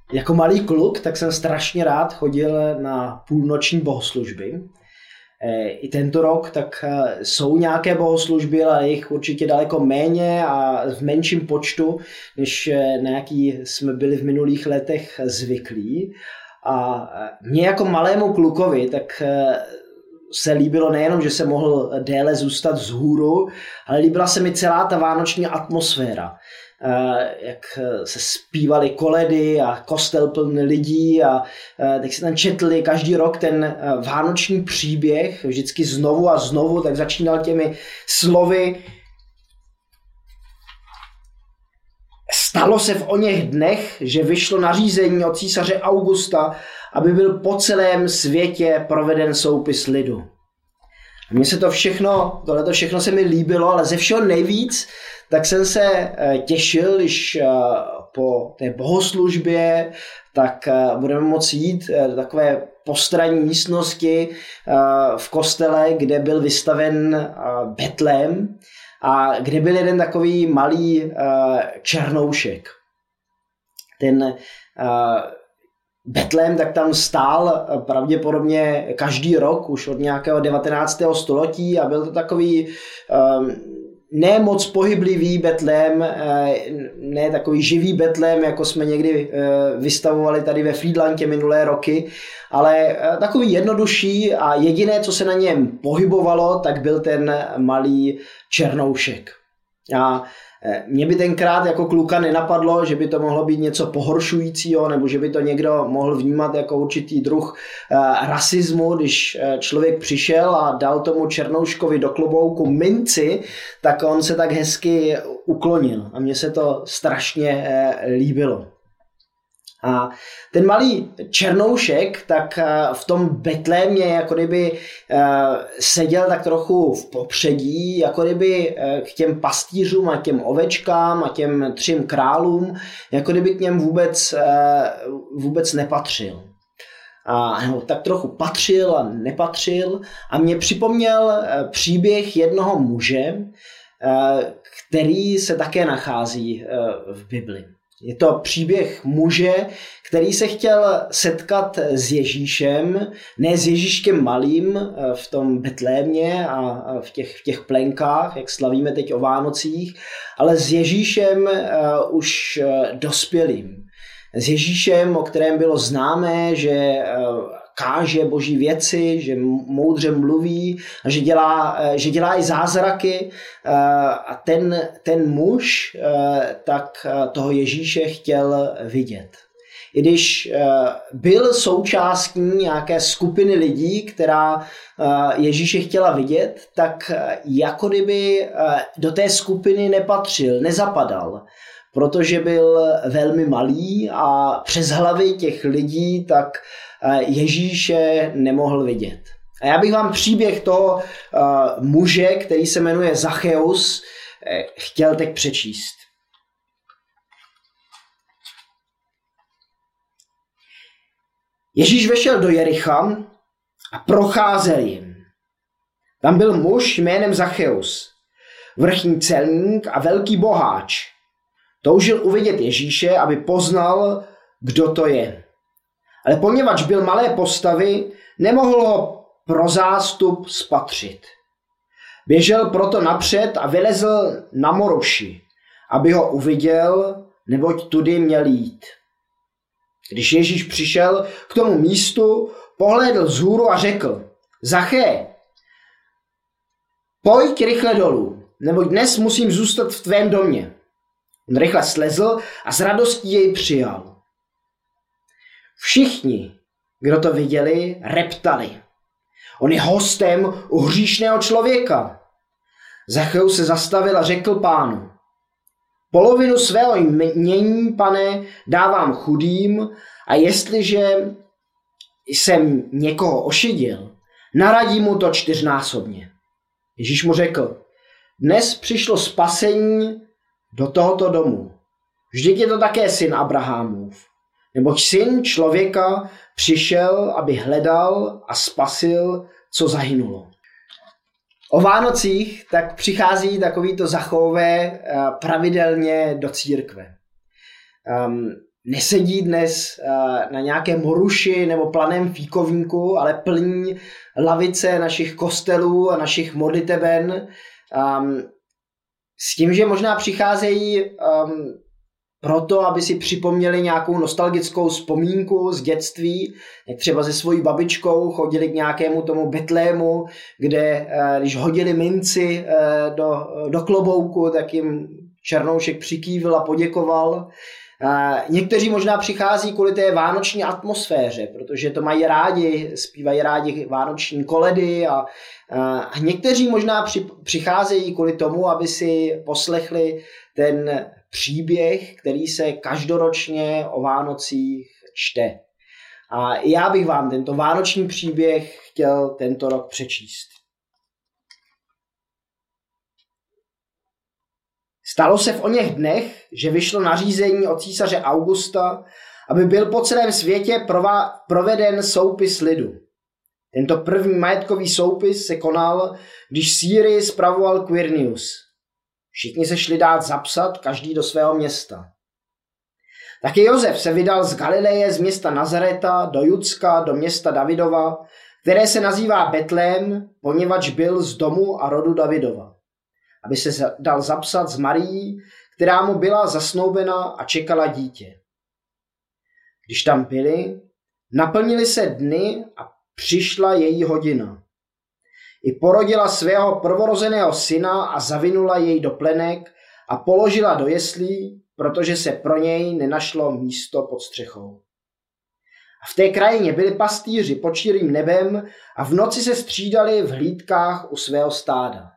Jako malý kluk, tak jsem strašně rád chodil na půlnoční bohoslužby. I tento rok tak jsou nějaké bohoslužby, ale jich určitě daleko méně a v menším počtu, než na jaký jsme byli v minulých letech zvyklí. A mě jako malému klukovi tak se líbilo nejenom, že se mohl déle zůstat vzhůru, ale líbila se mi celá ta vánoční atmosféra. Jak se zpívaly koledy a kostel plný lidí a tak se tam četli každý rok ten vánoční příběh, vždycky znovu a znovu, tak začínal těmi slovy: stalo se v oněch dnech, že vyšlo nařízení od císaře Augusta, aby byl po celém světě proveden soupis lidu. A mně se tohleto všechno se mi líbilo, ale ze všeho nejvíc tak jsem se těšil, když po té bohoslužbě tak budeme moci jít do takové postranní místnosti v kostele, kde byl vystaven Betlém a kde byl jeden takový malý černoušek. Ten Betlém tak tam stál pravděpodobně každý rok už od nějakého 19. století a byl to takový ne moc pohyblivý Betlém, ne takový živý Betlém, jako jsme někdy vystavovali tady ve Frýdlantě minulé roky, ale takový jednodušší a jediné, co se na něm pohybovalo, tak byl ten malý černoušek. A mě by tenkrát jako kluka nenapadlo, že by to mohlo být něco pohoršujícího, nebo že by to někdo mohl vnímat jako určitý druh rasismu, když člověk přišel a dal tomu černouškovi do klobouku minci, tak on se tak hezky uklonil a mně se to strašně líbilo. A ten malý černoušek tak v tom Betlémě jako kdyby seděl tak trochu v popředí, jako kdyby k těm pastýřům a těm ovečkám a těm 3 králům, jako kdyby k něm vůbec nepatřil. No, tak trochu patřil a nepatřil a mě připomněl příběh jednoho muže, který se také nachází v Bibli. Je to příběh muže, který se chtěl setkat s Ježíšem, ne s Ježíškem malým v tom Betlémě a v těch plenkách, jak slavíme teď o Vánocích, ale s Ježíšem už dospělým. S Ježíšem, o kterém bylo známé, že káže boží věci, že moudře mluví, že dělá i zázraky a ten muž tak toho Ježíše chtěl vidět. I když byl součástí nějaké skupiny lidí, která Ježíše chtěla vidět, tak jako kdyby do té skupiny nepatřil, nezapadal, protože byl velmi malý a přes hlavy těch lidí tak Ježíše nemohl vidět. A já bych vám příběh toho muže, který se jmenuje Zacheus, chtěl teď přečíst. Ježíš vešel do Jericha a procházel jim. Tam byl muž jménem Zacheus, vrchní celník a velký boháč. Toužil uvidět Ježíše, aby poznal, kdo to je. Ale poněvadž byl malé postavy, nemohl ho pro zástup spatřit. Běžel proto napřed a vylezl na moruši, aby ho uviděl, neboť tudy měl jít. Když Ježíš přišel k tomu místu, pohlédl vzhůru a řekl: Zaché, pojď rychle dolů, neboť dnes musím zůstat v tvém domě. On rychle slezl a s radostí jej přijal. Všichni, kdo to viděli, reptali: on je hostem u hříšného člověka. Zacheus se zastavil a řekl Pánu: polovinu svého jmění, pane, dávám chudým, a jestliže jsem někoho ošidil, naradím mu to 4násobně. Ježíš mu řekl: dnes přišlo spasení do tohoto domu. Vždyť je to také syn Abrahamův. Neboť syn člověka přišel, aby hledal a spasil, co zahynulo. O Vánocích tak přichází takovýto Zachové pravidelně do církve. nesedí dnes na nějaké moruši nebo planém fíkovníku, ale plní lavice našich kostelů a našich modliteben. S tím, že možná přicházejí proto, aby si připomněli nějakou nostalgickou vzpomínku z dětství, jak třeba se svojí babičkou chodili k nějakému tomu Betlému, kde když hodili minci do klobouku, tak jim Černoušek přikývil a poděkoval. Někteří možná přichází kvůli té vánoční atmosféře, protože to mají rádi, zpívají rádi vánoční koledy a někteří možná přicházejí kvůli tomu, aby si poslechli ten příběh, který se každoročně o Vánocích čte. A já bych vám tento vánoční příběh chtěl tento rok přečíst. Stalo se v oněch dnech, že vyšlo nařízení od císaře Augusta, aby byl po celém světě proveden soupis lidu. Tento první majetkový soupis se konal, když Sýrii spravoval Quirinius. Všichni se šli dát zapsat, každý do svého města. Taky Josef se vydal z Galileje, z města Nazareta, do Judska, do města Davidova, které se nazývá Betlém, poněvadž byl z domu a rodu Davidova, aby se dal zapsat s Marií, která mu byla zasnoubena a čekala dítě. Když tam byli, naplnili se dny a přišla její hodina. I porodila svého prvorozeného syna a zavinula jej do plenek a položila do jeslí, protože se pro něj nenašlo místo pod střechou. A v té krajině byli pastýři pod širým nebem a v noci se střídali v hlídkách u svého stáda.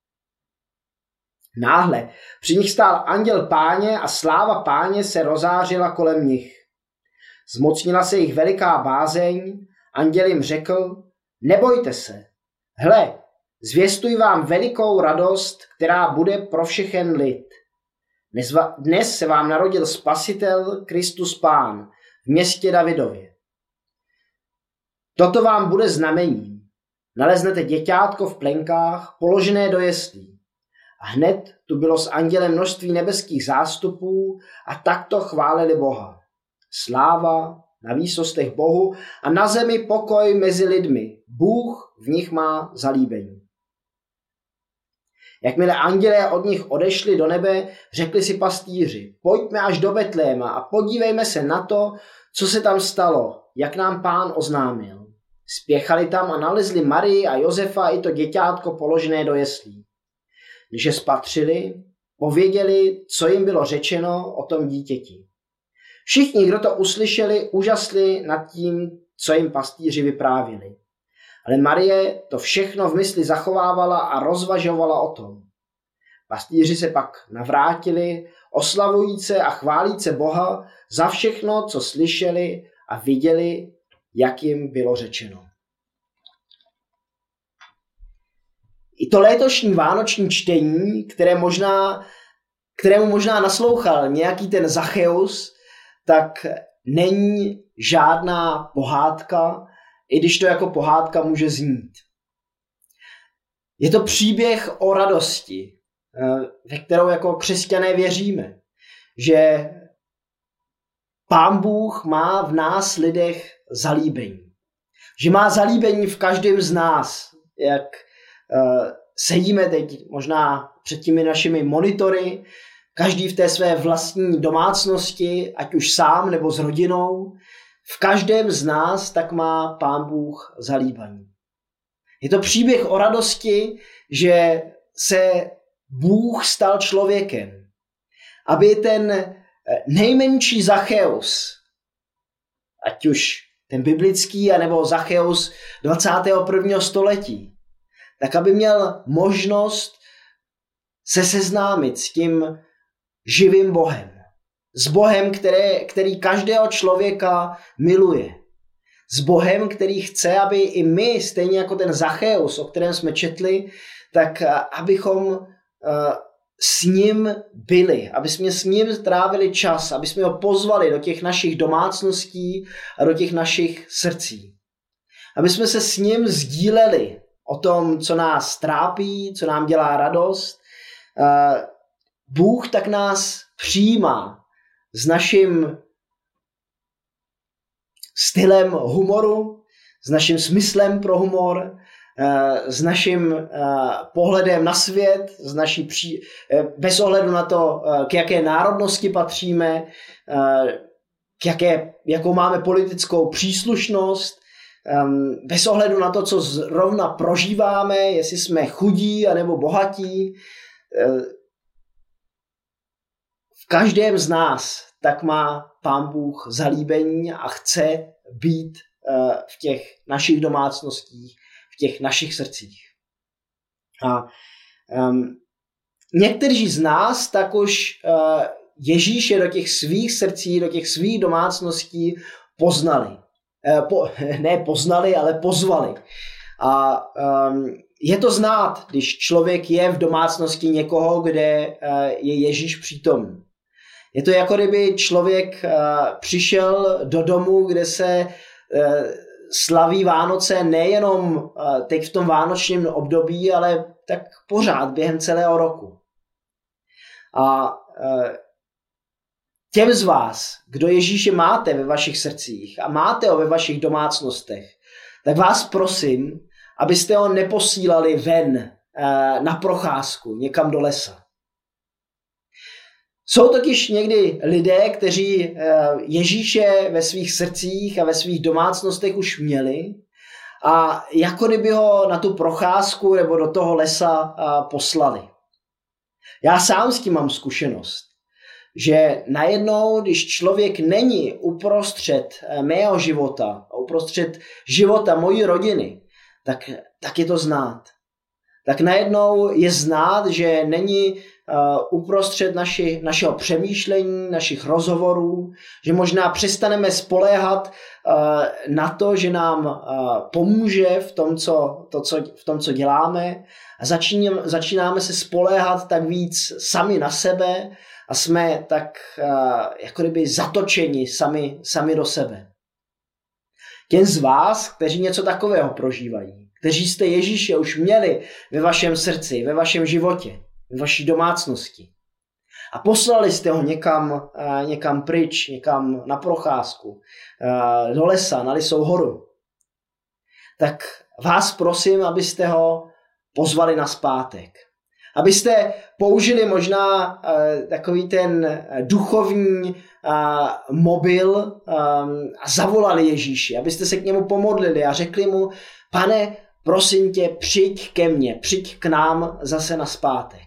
Náhle při nich stál anděl Páně a sláva Páně se rozářila kolem nich. Zmocnila se jich veliká bázeň, anděl jim řekl, nebojte se, hle, zvěstuj vám velikou radost, která bude pro všechen lid. Dnes se vám narodil Spasitel, Kristus Pán, v městě Davidově. Toto vám bude znamením. Naleznete děťátko v plenkách, položené do jeslí. A hned tu bylo s andělem množství nebeských zástupů a takto chválili Boha. Sláva na výsostech Bohu a na zemi pokoj mezi lidmi. Bůh v nich má zalíbení. Jakmile andělé od nich odešli do nebe, řekli si pastýři, pojďme až do Betléma a podívejme se na to, co se tam stalo, jak nám Pán oznámil. Spěchali tam a nalezli Marii a Josefa i to děťátko položené do jeslí. Když je spatřili, pověděli, co jim bylo řečeno o tom dítěti. Všichni, kdo to uslyšeli, úžasli nad tím, co jim pastýři vyprávěli. Ale Marie to všechno v mysli zachovávala a rozvažovala o tom. Pastýři se pak navrátili, oslavujíce a chválíce Boha za všechno, co slyšeli a viděli, jak jim bylo řečeno. I to letošní vánoční čtení, kterému možná naslouchal nějaký ten Zacheus, tak není žádná pohádka, i když to jako pohádka může znít. Je to příběh o radosti, ve kterou jako křesťané věříme, že Pán Bůh má v nás lidech zalíbení. Že má zalíbení v každém z nás, jak sedíme teď možná před těmi našimi monitory, každý v té své vlastní domácnosti, ať už sám nebo s rodinou, v každém z nás tak má Pán Bůh zalíbení. Je to příběh o radosti, že se Bůh stal člověkem. Aby ten nejmenší Zacheus, ať už ten biblický, anebo Zacheus 21. století, tak aby měl možnost se seznámit s tím živým Bohem. S Bohem, který každého člověka miluje. S Bohem, který chce, aby i my, stejně jako ten Zacheus, o kterém jsme četli, tak abychom s ním byli, aby jsme s ním trávili čas, aby jsme ho pozvali do těch našich domácností a do těch našich srdcí. Aby jsme se s ním sdíleli o tom, co nás trápí, co nám dělá radost. Bůh tak nás přijímá s naším stylem humoru, s naším smyslem pro humor, s naším pohledem na svět, bez ohledu na to, k jaké národnosti patříme, jakou máme politickou příslušnost, bez ohledu na to, co zrovna prožíváme, jestli jsme chudí anebo bohatí. V každém z nás tak má Pán Bůh zalíbení a chce být v těch našich domácnostích, v těch našich srdcích. A někteří z nás tak už Ježíše do těch svých srdcí, do těch svých domácností poznali. Ne poznali, ale pozvali. A je to znát, když člověk je v domácnosti někoho, kde je Ježíš přítomný. Je to jako kdyby člověk přišel do domu, kde se slaví Vánoce nejenom teď v tom vánočním období, ale tak pořád během celého roku. A těm z vás, kdo Ježíše máte ve vašich srdcích a máte ho ve vašich domácnostech, tak vás prosím, abyste ho neposílali ven na procházku někam do lesa. Jsou totiž někdy lidé, kteří Ježíše ve svých srdcích a ve svých domácnostech už měli a jako kdyby ho na tu procházku nebo do toho lesa poslali. Já sám s tím mám zkušenost, že najednou, když člověk není uprostřed mého života, uprostřed života mojí rodiny, tak je to znát. Tak najednou je znát, že není uprostřed našeho přemýšlení, našich rozhovorů, že možná přestaneme spoléhat na to, že nám pomůže v tom, co děláme a začínáme se spoléhat tak víc sami na sebe a jsme tak jako kdyby zatočeni sami do sebe. Těm z vás, kteří něco takového prožívají, kteří jste Ježíše už měli ve vašem srdci, ve vašem životě, ve vaší domácnosti a poslali jste ho někam pryč, někam na procházku, do lesa, na Lisou horu, tak vás prosím, abyste ho pozvali nazpátek. Abyste použili možná takový ten duchovní mobil a zavolali Ježíši, abyste se k němu pomodlili a řekli mu: Pane, prosím tě, přijď ke mně, přijď k nám zase nazpátek.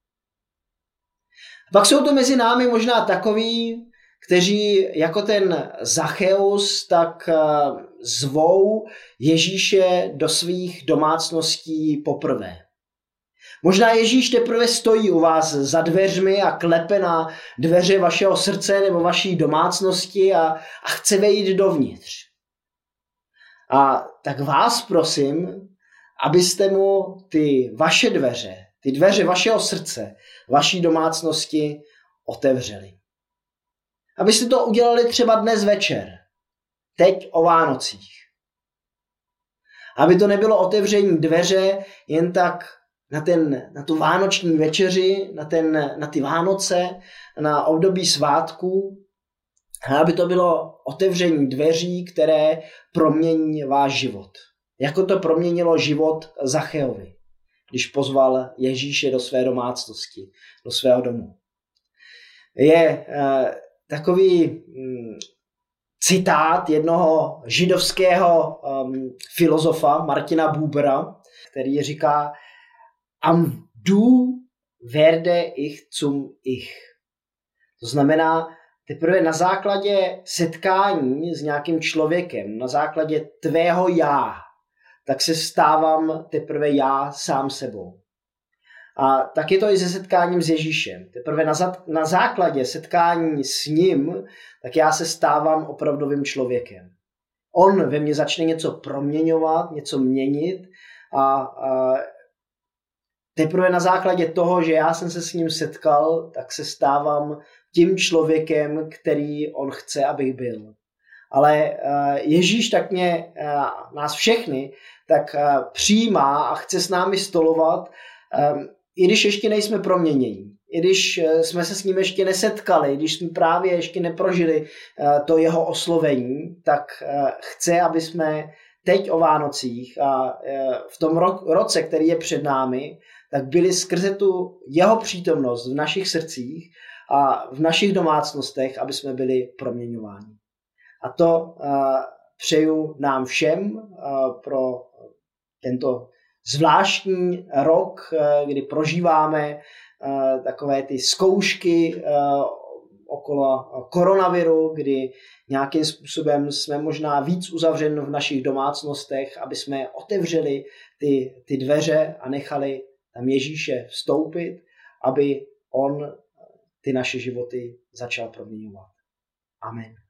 Pak jsou to mezi námi možná takoví, kteří jako ten Zacheus tak zvou Ježíše do svých domácností poprvé. Možná Ježíš teprve stojí u vás za dveřmi a klepe na dveře vašeho srdce nebo vaší domácnosti a chce vejít dovnitř. A tak vás prosím, abyste mu ty vaše dveře, ty dveře vašeho srdce, vaší domácnosti otevřeli. Abyste to udělali třeba dnes večer, teď o Vánocích. Aby to nebylo otevření dveře jen tak na tu vánoční večeři, na ty Vánoce, na období svátků, aby to bylo otevření dveří, které promění váš život. Jako to proměnilo život Zacheovi, když pozval Ježíše do své domácnosti, do svého domu. Je takový citát jednoho židovského filozofa Martina Bubera, který říká: Am du werde ich zum ich. To znamená, teprve na základě setkání s nějakým člověkem, na základě tvého já, tak se stávám teprve já sám sebou. A tak je to i se setkáním s Ježíšem. Teprve na základě setkání s ním, tak já se stávám opravdovým člověkem. On ve mně začne něco proměňovat, něco měnit a teprve na základě toho, že já jsem se s ním setkal, tak se stávám tím člověkem, který on chce, abych byl. Ale Ježíš tak nás všechny tak přijímá a chce s námi stolovat, i když ještě nejsme proměnění. i když jsme se s ním ještě nesetkali, když jsme právě ještě neprožili to jeho oslovení, tak chce, aby jsme teď o Vánocích a v tom roce, který je před námi, tak byli skrze tu jeho přítomnost v našich srdcích a v našich domácnostech, aby jsme byli proměňováni. A to přeju nám všem pro tento zvláštní rok, kdy prožíváme takové ty zkoušky okolo koronaviru, kdy nějakým způsobem jsme možná víc uzavřeni v našich domácnostech, aby jsme otevřeli ty dveře a nechali tam Ježíše vstoupit, aby on ty naše životy začal proměňovat. Amen.